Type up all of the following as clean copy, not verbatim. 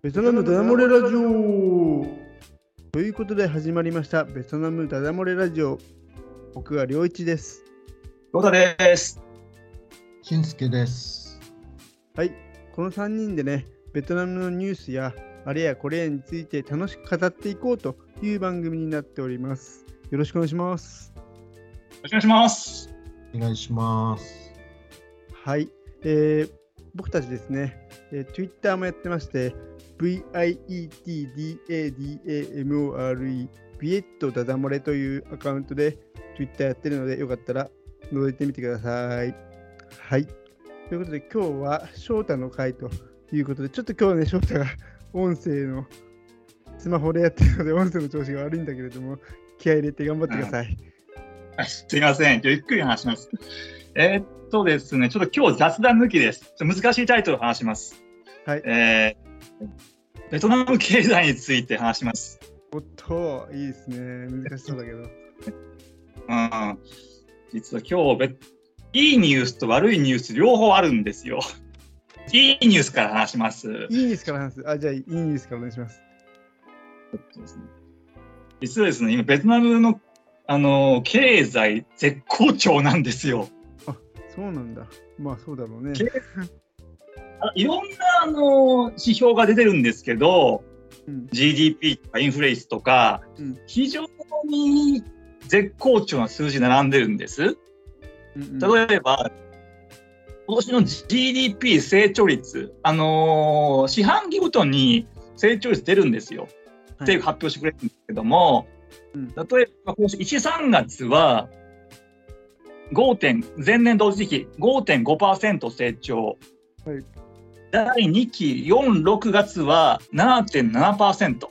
ベトナムダダ漏れラジオということで始まりましたベトナムダダ漏れラジオ。僕は良一です。 ヨタです。 しんすけです。 はい、この3人でね、ベトナムのニュースやあれやこれやについて楽しく語っていこうという番組になっております。よろしくお願いします。 よろしくお願いします。 お願いします。 はい、僕たちですね、Twitter もやってまして、VIETDADAMORE ビエットダダ漏れというアカウントで Twitter やってるので、よかったら覗いてみてください。はい。ということで、今日は翔太の回ということで、ちょっと今日はね、翔太が音声のスマホでやってるので、音声の調子が悪いんだけれども、気合い入れて頑張ってください。 すいません。ゆっくり話します。ですね、ちょっと今日雑談抜きです。難しいタイトルを話します。 はい。 ベトナム経済について話します。 おっと、いいですね。難しそうだけど。 実は今日、いいニュースと悪いニュース両方あるんですよ。いいニュースから話します。 いいニュースから話す。じゃあいいニュースからお願いします。 実はですね、今ベトナムの経済絶好調なんですよ。 あ、そうなんだ。まあそうだろうね。 いろんな指標が出てるんですけど、GDP とかインフレ率とか、非常に絶好調な数字並んでるんです。例えば今年の GDP 成長率、四半期ごとに成長率出るんですよ。って発表してくれるんですけども、例えば今年1、3月は前年同時期 5.5% 成長、第2期4、6月は 7.7%、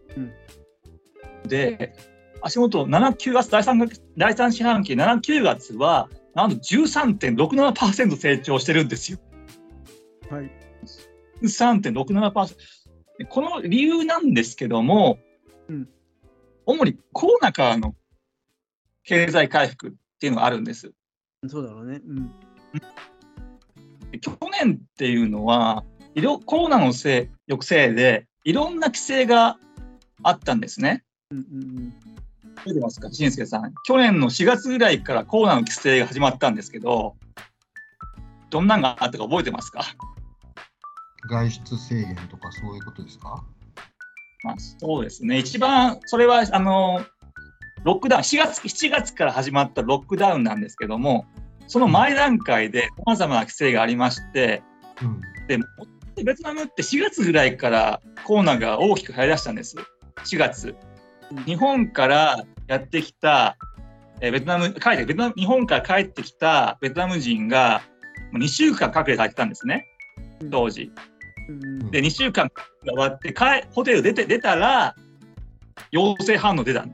で足元7、9月第3四半期7、9月はなんと 13.67% 成長してるんですよ。 はい。 3.67%。この理由なんですけども、主にコロナからの経済回復っていうのがあるんです。 そうだろうね。 去年っていうのはコロナの抑制でいろんな規制があったんですね。覚えてますか、しんすけさん。去年の4月ぐらいからコロナの規制が始まったんですけど、どんなのがあったか覚えてますか？ 外出制限とかそういうことですか？ そうですね。一番それはロックダウン7月から始まったロックダウンなんですけども、その前段階でさまざまな規制がありまして、でベトナムって4月ぐらいからコロナが大きく流行りだしたんです。4月、日本からやってきた日本から帰ってきたベトナム人が2週間隔離されてたんですね、当時。で2週間が終わってホテル出たら陽性反応出たんです。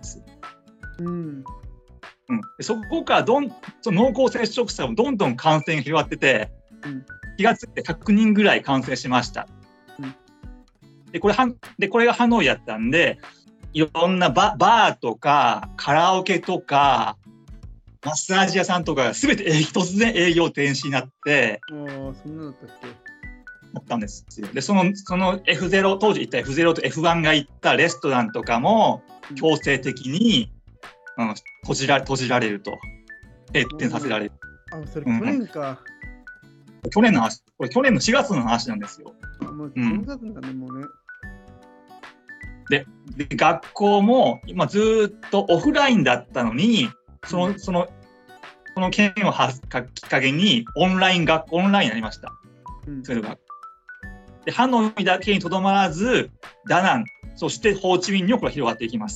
でそこからその濃厚接触者もどんどん感染が広がってて、4月って100人ぐらい感染しました。でこれがハノイやったんで、いろんなバーとかカラオケとかマッサージ屋さんとかが全て突然営業停止になって、 そんなだったっけ？ あったんですよ。でその F0 当時行った F0 と F1 が行ったレストランとかも強制的に、閉じられると、閉店させられる。 それ去年か。 去年の話。これ去年の4月の話なんですよ。 もう4月だね、もうね。 で学校も今ずっとオフラインだったのに、その件をきっかけにオンラインになりました。そういうのがでハノイだけにとどまらずダナン、そしてホーチミンにもこれ広がっていきます。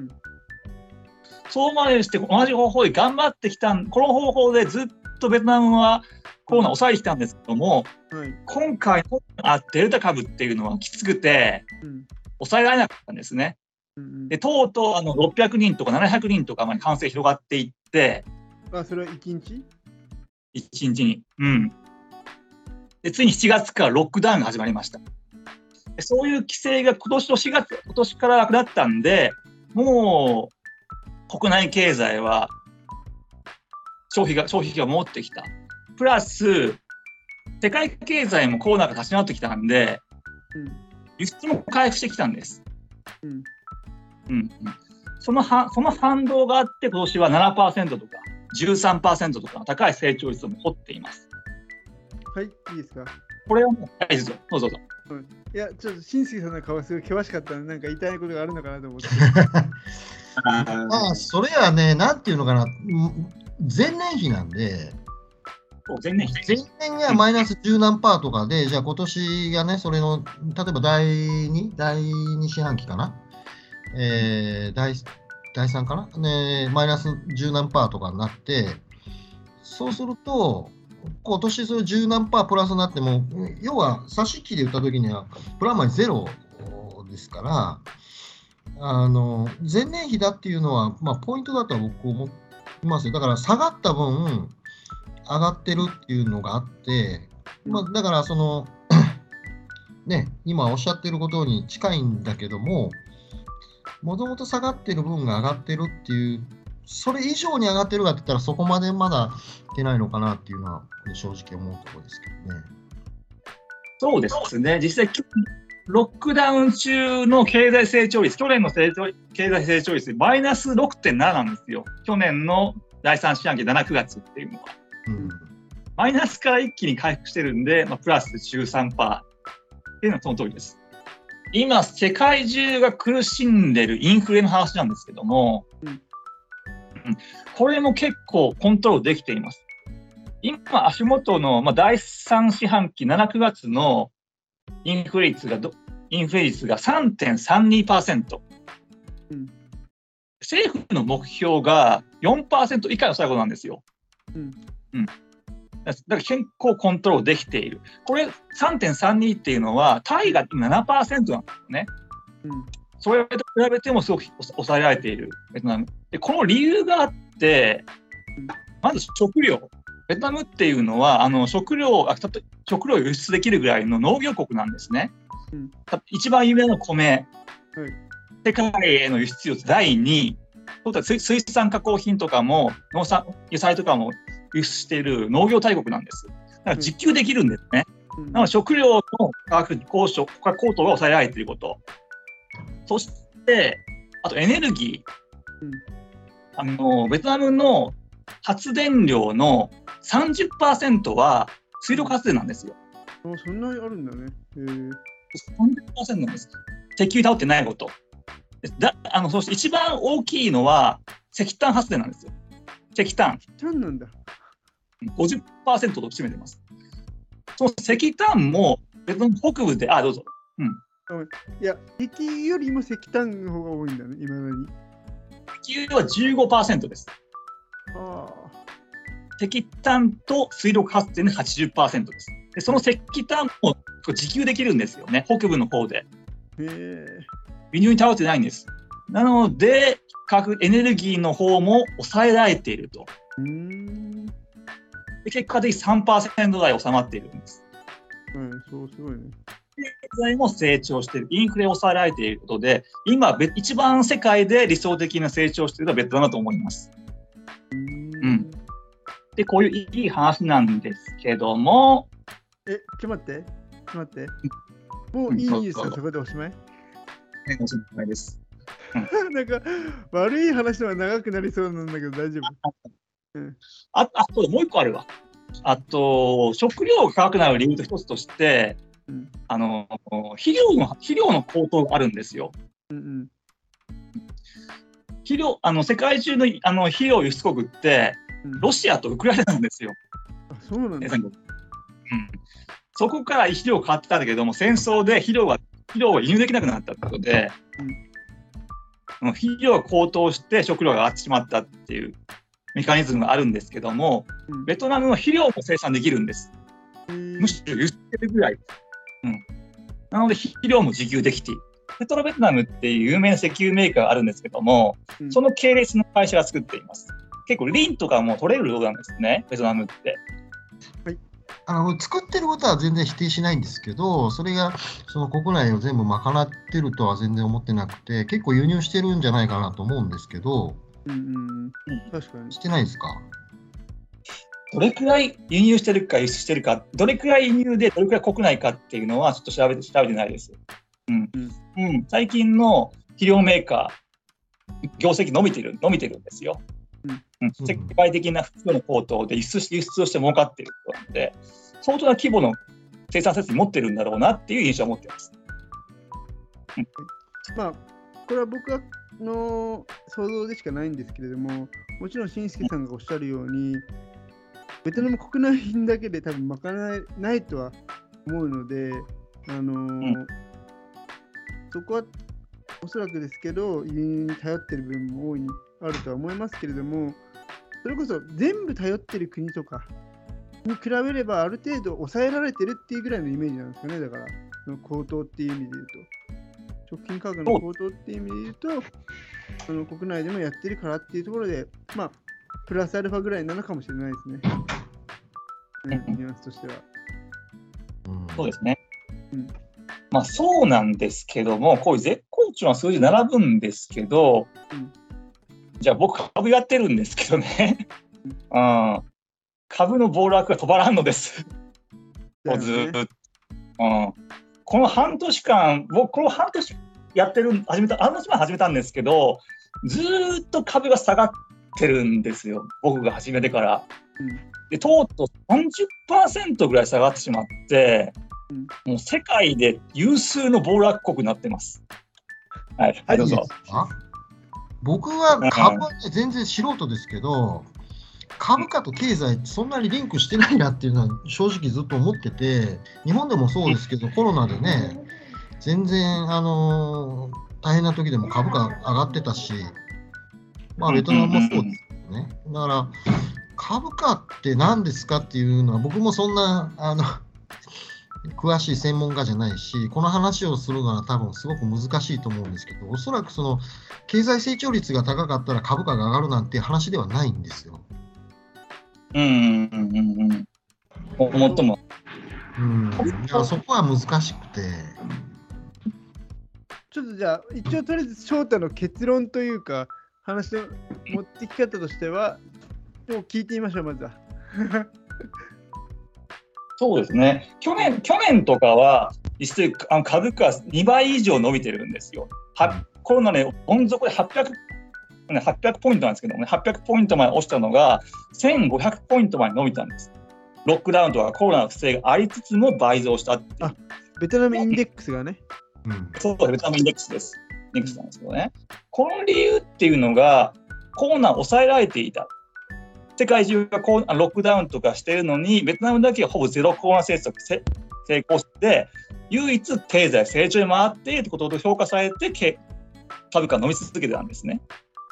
そうまでして同じ方法で頑張ってきたこの方法でずっとベトナムはコロナを抑えてきたんですけども、今回のデルタ株っていうのはきつくて、抑えられなかったんですね。でとうとう600人とか700人とかまで感染広がっていって、 それは1日に、でついに7月からロックダウンが始まりました。でそういう規制が今年からなくなったんで、もう国内経済は消費が戻ってきた。プラス世界経済もコロナが立ち直ってきたんで、 輸出も回復してきたんです。 うんうんうん、その反動があって、今年は 7% とか 13% とかの高い成長率を誇っています。 はい、いいですか。 これはもう、はい、どうぞ。 いや、ちょっと親戚さんの顔がすごい険しかったので、なんか言いたいことがあるのかなと思って。 それはね、なんていうのかな、前年比なんで、前年がマイナス10何パーとかで、じゃあ今年がね、それの、例えば第2四半期かな、第3かな、ね、マイナス10何パーとかになって、そうすると、今年それ10何パープラスになっても、要は差し引きで言ったときには、プラマイゼロですから、前年比だっていうのは、ポイントだとは僕思いますよ。だから下がった分、上がってるっていうのがあって、だからそのね、今おっしゃってることに近いんだけども、もともと下がってる分が上がってるっていう、それ以上に上がってるかって言ったら、そこまでまだ出ないのかなっていうのは、正直思うところですけどね。 そうですね、実際、ロックダウン中の経済成長率、去年の経済成長率、マイナス 6.7 なんですよ。去年の第3四半期7、9月っていうのは。マイナスから一気に回復してるんで、プラス 13% っていうのはその通りです。今、世界中が苦しんでるインフレの話なんですけども、これも結構コントロールできています。今、足元の、第3四半期7、9月のインフレ率が 3.32%、政府の目標が 4% 以下の最後なんですよ。だから結構コントロールできている。これ 3.32 っていうのはタイが今 7% なんですよね。それと比べてもすごく抑えられているベトナムで、この理由があって、まず食料。ベトナムっていうのは食料を輸出できるぐらいの農業国なんですね。一番有名な米、世界への輸出量第2位、水産加工品とかも野菜とかも輸出している農業大国なんです。だから自給できるんですね。なので食料の価格高騰が抑えられていること。そして、あとエネルギー。ベトナムの発電量の 30% は水力発電なんですよ。 そんなにあるんだね。 30% なんです。石油に頼ってないこと。そして一番大きいのは石炭発電なんですよ。石炭なんだ。 50% と占めています。その石炭もベトナム北部で、どうぞ。 いや、石油よりも石炭の方が多いんだね、今のに。 石油は 15% です。石炭と水力発電で 80% です。でその石炭も自給できるんですよね、北部の方で。輸入に頼ってないんです。なので、エネルギーの方も抑えられていると。で結果的に 3% 台収まっているんです。 そうすごいね。 経済も成長している、インフレを抑えられていることで、今、一番世界で理想的な成長をしているのはベトナムだと思います。で、こういういい話なんですけども。 ちょっと待って。もういいですか、そこでおしまい？ おしまいです。 なんか、悪い話は長くなりそうなんだけど、大丈夫？そうだ、もう一個あるわ。食料が高くなる理由と一つとして、肥料の高騰があるんですよ。世界中の肥料輸出国って、ロシアとウクライナなんですよ。 そうなんだ。 そこから肥料が変わってたんだけども、戦争で肥料が輸入できなくなったことで、肥料が高騰して食料が上がってしまったっていうメカニズムがあるんですけども、ベトナムは肥料も生産できるんです。むしろ輸出してるぐらい。なので肥料も自給できている。ペトロベトナムっていう有名な石油メーカーがあるんですけども、その系列の会社が作っています。結構リンとかも取れるようなんですね、ベトナムって。 作ってることは全然否定しないんですけど、それがその国内を全部賄ってるとは全然思ってなくて、結構輸入してるんじゃないかなと思うんですけど、 確かに。 してないですか？ どれくらい輸入してるか輸出してるか、どれくらい輸入でどれくらい国内かっていうのはちょっと調べてないです。 最近の肥料メーカー、業績伸びてるんですよ。世界的な服の高騰で輸出をして儲かっていることなので、相当な規模の生産設備持ってるんだろうなっていう印象を持っています。 これは僕の想像でしかないんですけれども、もちろん新助さんがおっしゃるように、ベトナム国内だけで多分賄えないとは思うので、そこはおそらくですけど、輸入に頼っている部分も大いにあるとは思いますけれども、それこそ全部頼っている国とかに比べれば、ある程度抑えられてるっていうぐらいのイメージなんですよね。だから、高騰っていう意味で言うと。食品価格の高騰っていう意味で言うと、国内でもやってるからっていうところで、プラスアルファぐらいなのかもしれないですね。ニュアンスとしては。 そうですね。そうなんですけども、こういう絶好調な数字並ぶんですけど、じゃあ僕、株やってるんですけどね、株の暴落が止まらんのです。ずっと。この半年間、僕、この半年始めたんですけど、ずっと株が下がってるんですよ、僕が始めてから。で、とうとう 30% ぐらい下がってしまって、もう世界で有数の暴落国になってます。はい、どうぞ。 僕は株は、全然素人ですけど、株価と経済そんなにリンクしてないなっていうのは正直ずっと思ってて、日本でもそうですけど、コロナでね、全然大変な時でも株価上がってたし、ベトナムもそうですよね。だから株価って何ですかっていうのは、僕もそんな詳しい専門家じゃないし、この話をするのは多分すごく難しいと思うんですけど、おそらくその経済成長率が高かったら株価が上がるなんて話ではないんですよ。 思っても。 そこは難しくて。 ちょっとじゃあ、一応とりあえず翔太の結論というか、話の持ってき方としては、もう聞いてみましょう、まずは。 そうですね。去年とかは、実際株価は2倍以上伸びてるんですよ。コロナで温底で800ポイントなんですけどもね、800ポイントまで落ちたのが1500ポイントまで伸びたんです。ロックダウンとかコロナの不正がありつつも倍増したっていう。 ベトナムインデックスがね。 そうです、ベトナムインデックスです。インデックスなんですけどね。この理由っていうのが、コロナを抑えられていた。世界中がロックダウンとかしているのに、ベトナムだけはほぼゼロコロナ政策成功して、唯一経済成長に回っているということで評価されて、株価伸び続けてたんですね。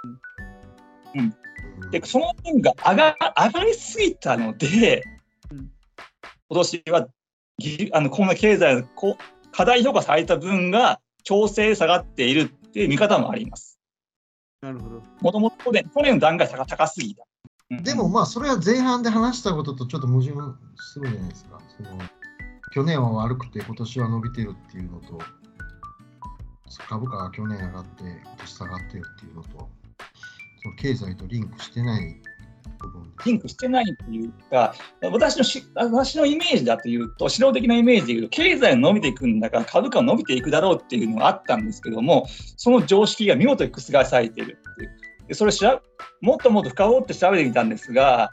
でその分が上がりすぎたので、今年はこんな経済の過大評価された分が調整下がっているっていう見方もあります。 なるほど。 もともと去年の段階が高すぎた。 でもそれは前半で話したこととちょっと矛盾するじゃないですか。去年は悪くて今年は伸びてるっていうのと、株価が去年上がって今年下がってるっていうのと、その経済とリンクしてない部分です。 リンクしてないというか、私のイメージだというと、素人的なイメージでいうと、経済が伸びていくんだから株価が伸びていくだろうっていうのがあったんですけども、その常識が見事に覆されているっていう。でそれをもっともっと深掘って調べてみたんですが、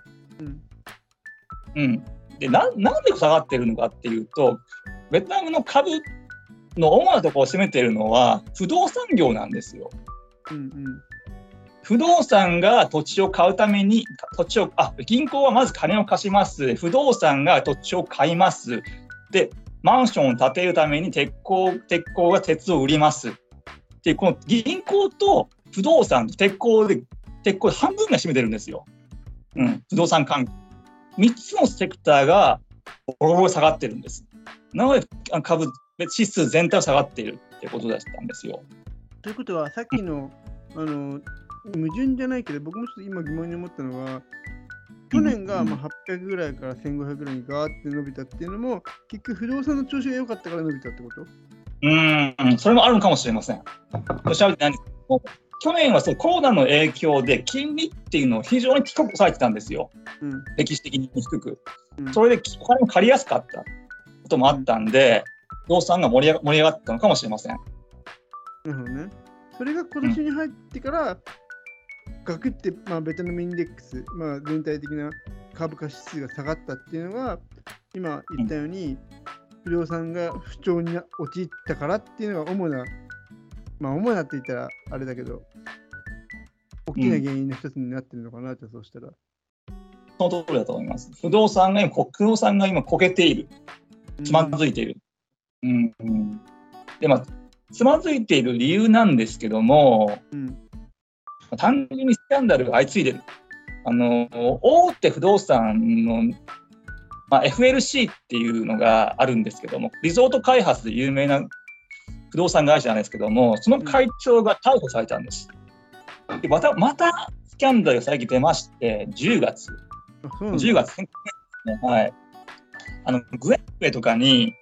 でなんで下がっているのかっていうと、ベトナムの株の主なところを占めているのは不動産業なんですよ。不動産が土地を買うために銀行はまず金を貸します。不動産が土地を買います。でマンションを建てるために鉄鋼が鉄を売ります。でこの銀行と不動産と鉄鋼で半分が占めてるんですよ。不動産関係3つのセクターがボロボロ下がってるんです。なので株指数全体が下がっているってことだったんですよ。 ということはさっきの矛盾じゃないけど、僕もちょっと今疑問に思ったのは、去年が800ぐらいから1500ぐらいにガーって伸びたっていうのも、結局不動産の調子が良かったから伸びたってこと？ それもあるのかもしれません。調べてないんですけど、去年はコロナの影響で金利っていうのを非常に低く抑えてたんですよ。歴史的に低く。それでお金も借りやすかったこともあったんで、 不動産が盛り上がったのかもしれません。 なるほどね。それが今年に入ってから、ガクって、ベトナムインデックス、全体的な株価指数が下がったっていうのが、今言ったように、不動産が不調に陥ったからっていうのが主なって言ったらあれだけど、大きな原因の一つになってるのかなって、そうしたら。 その通りだと思います。不動産が今こけている。つまずいている。で、つまずいている理由なんですけども、単純にスキャンダルが相次いでる。大手不動産の、FLC っていうのがあるんですけども、リゾート開発で有名な不動産会社なんですけども、その会長が逮捕されたんです。でまたスキャンダルが最近出まして、10月、はい、グエッペとかに、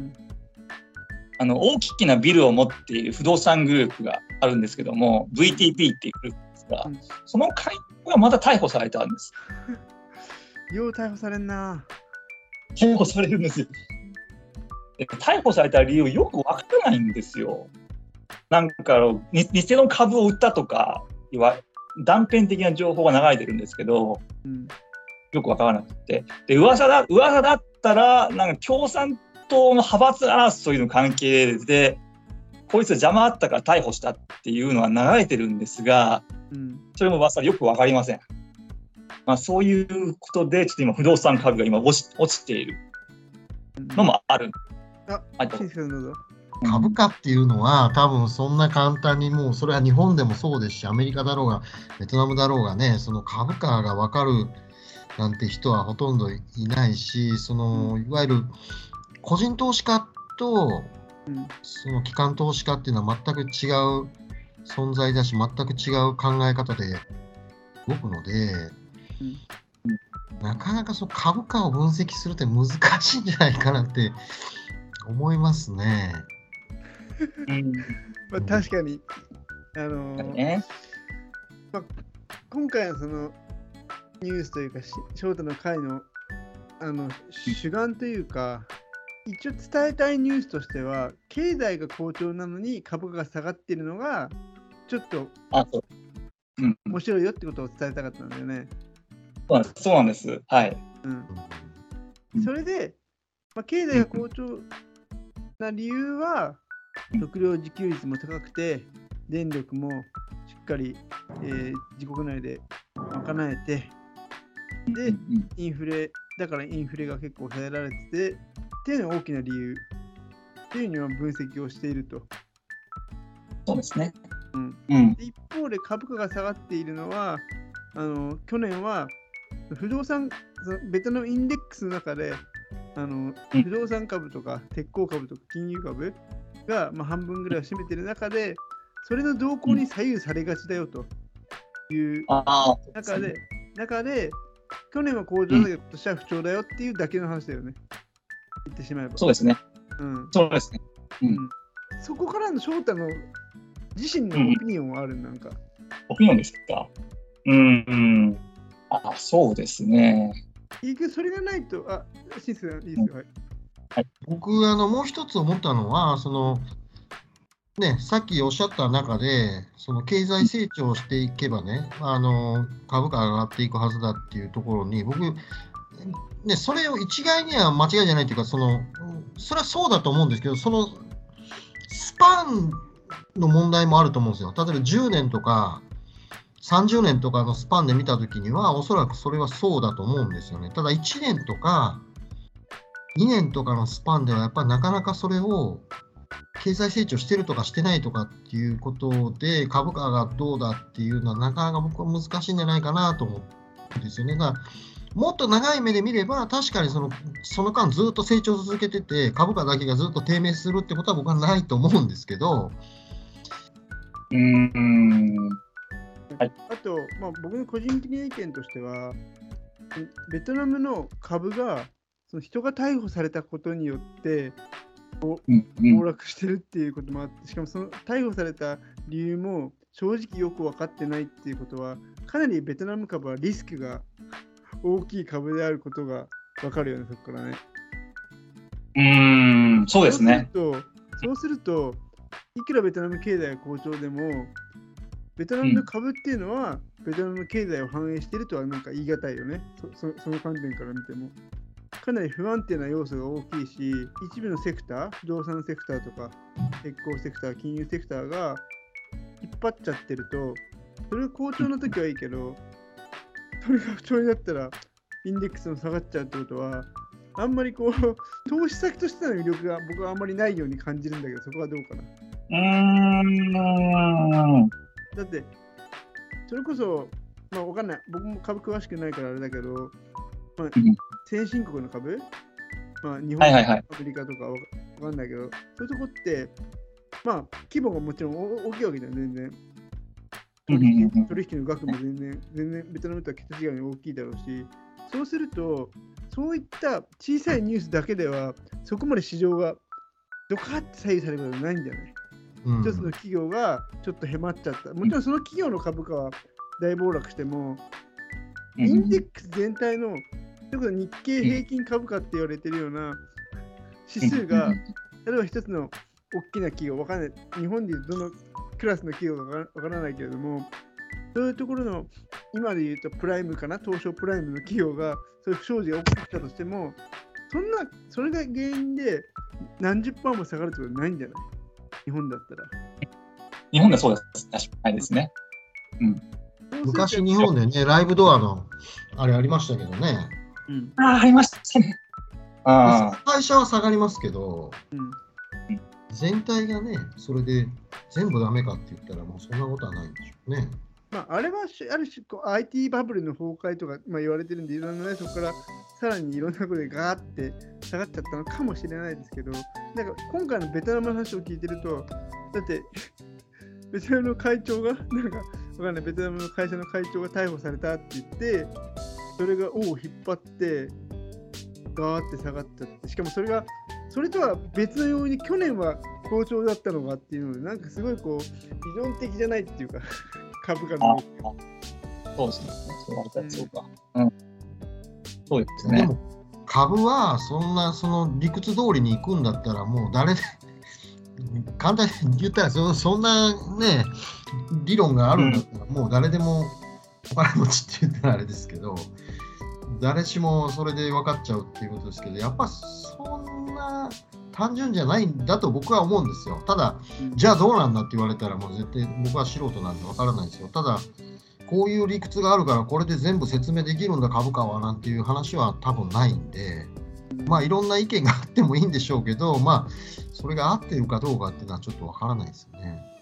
大きなビルを持っている不動産グループがあるんですけども、VTP っていうグループですが、その会長がまた逮捕されたんです。 よう逮捕されんな。 逮捕されるんですよ。逮捕された理由よくわからないんですよ。なんか偽の株を売ったとか断片的な情報が流れてるんですけど、よくわからなくて、で噂だったらなんか共産党の派閥争いの関係でこいつ邪魔あったから逮捕したっていうのは流れてるんですが、それも噂でよくわかりません。そういうことでちょっと今不動産株が今落ちているのもある。 株価っていうのは多分そんな簡単にもうそれは日本でもそうですし、アメリカだろうがベトナムだろうがね、その株価が分かるなんて人はほとんどいないし、いわゆる個人投資家とその機関投資家っていうのは全く違う存在だし、全く違う考え方で動くので、なかなかその株価を分析するって難しいんじゃないかなって思いますね。 確かに、今回のそのニュースというか、翔太の会の主眼というか、一応伝えたいニュースとしては、経済が好調なのに株価が下がっているのが、ちょっと面白いよってことを伝えたかったんだよね。 そうなんです。はい。 それで、経済が好調な理由は、食料自給率も高くて、電力もしっかり、自国内で賄えて、で、インフレが結構抑えられてて、っていうのが大きな理由っていうには分析をしていると。 そうですね。 一方で株価が下がっているのは、去年は不動産、ベトナムインデックスの中で、不動産株とか鉄鋼株とか金融株が半分ぐらいを占めている中で、それの動向に左右されがちだよという中で、去年は好調だけど、今年は不調だよっていうだけの話だよね。言ってしまえば。 そうですね。そうですね。 そこからの翔太の自身のオピニオンはある、なんか。 オピニオンですか？そうですね。 それがないと、シンスさんいいですよ。 僕もう一つ思ったのは、さっきおっしゃった中で、経済成長していけばね、株価が上がっていくはずだっていうところに、僕、それを一概には間違いじゃないというか、それはそうだと思うんですけど、そのスパンの問題もあると思うんですよ。例えば10年とか30年とかのスパンで見たときには、おそらくそれはそうだと思うんですよね。ただ1年とか2年とかのスパンでは、やっぱりなかなかそれを経済成長してるとかしてないとかっていうことで、株価がどうだっていうのは、なかなか僕は難しいんじゃないかなと思うんですよね。だからもっと長い目で見れば、確かにその間ずっと成長を続けてて、株価だけがずっと低迷するってことは僕はないと思うんですけど。 あと、僕の個人的な意見としては、ベトナムの株がその人が逮捕されたことによって暴落してるっていうこともあって、しかもその逮捕された理由も正直よく分かってないっていうことは、かなりベトナム株はリスクが大きい株であることが分かるよね、そこからね。 そうですね。 そうすると、いくらベトナム経済が好調でも、ベトナムの株っていうのは、ベトナムの経済を反映しているとはなんか言い難いよね。その観点から見ても。かなり不安定な要素が大きいし、一部のセクター、不動産セクターとか、鉄鋼セクター、金融セクターが引っ張っちゃってると、それが好調の時はいいけど、それが不調になったら、インデックスも下がっちゃうってことは、あんまりこう、投資先としての魅力が僕はあんまりないように感じるんだけど、そこはどうかな。だって、それこそ、まあわかんない。僕も株詳しくないからあれだけど、まあ、先進国の株、まあ、日本とかアメリカとかわかんないけど、そういうとこって、まあ、規模がもちろん大きいわけじゃん、全然。取引の額も全然ベトナムとは桁違いに大きいだろうし、そうすると、そういった小さいニュースだけでは、そこまで市場がドカッて左右されることはないんじゃない、一つの企業がちょっとへまっちゃった。もちろんその企業の株価は大暴落しても、インデックス全体の、ということは日経平均株価って言われてるような指数が、例えば一つの大きな企業、わかんない、日本でいうどのクラスの企業かわからないけれども、そういうところの、今で言うとプライムかな、東証プライムの企業が、そういう不祥事が起きたとしても、それが原因で何十パーも下がるってことはないんじゃない、日本だったら。 日本でそうです。確かにですね。 昔日本でね、ライブドアのあれありましたけどね。 ありましたね。 会社は下がりますけど、全体がね、それで全部ダメかって言ったら、もうそんなことはないんでしょうね。 まあ、あれはある種IT バブルの崩壊とか、まあ、言われてるんで、いろんなね、そこからさらにいろんなことでガーって下がっちゃったのかもしれないですけど、なんか今回のベトナムの話を聞いてると、だってベトナムの会長が、なんかわかんない、ベトナムの会社の会長が逮捕されたって言って、それが尾を引っ張って、ガーって下がっちゃって、しかもそれとは別のように去年は好調だったのがっていうので、なんかすごいこう、理論的じゃないっていうか、株価の。 そうですね。そうか。そうですね。 でも株はその理屈通りに行くんだったら、もう簡単に言ったらそんなね、理論があるんだったら、もう誰でもお金持ちって言ったらあれですけど、誰しもそれで分かっちゃうっていうことですけど、やっぱそんな単純じゃないんだと僕は思うんですよ。ただ、じゃあどうなんだって言われたら、もう絶対僕は素人なんで分からないですよ。ただ、こういう理屈があるから、これで全部説明できるんだ、株価はなんていう話は多分ないんで、まあいろんな意見があってもいいんでしょうけど、まあそれが合ってるかどうかっていうのはちょっと分からないですよね。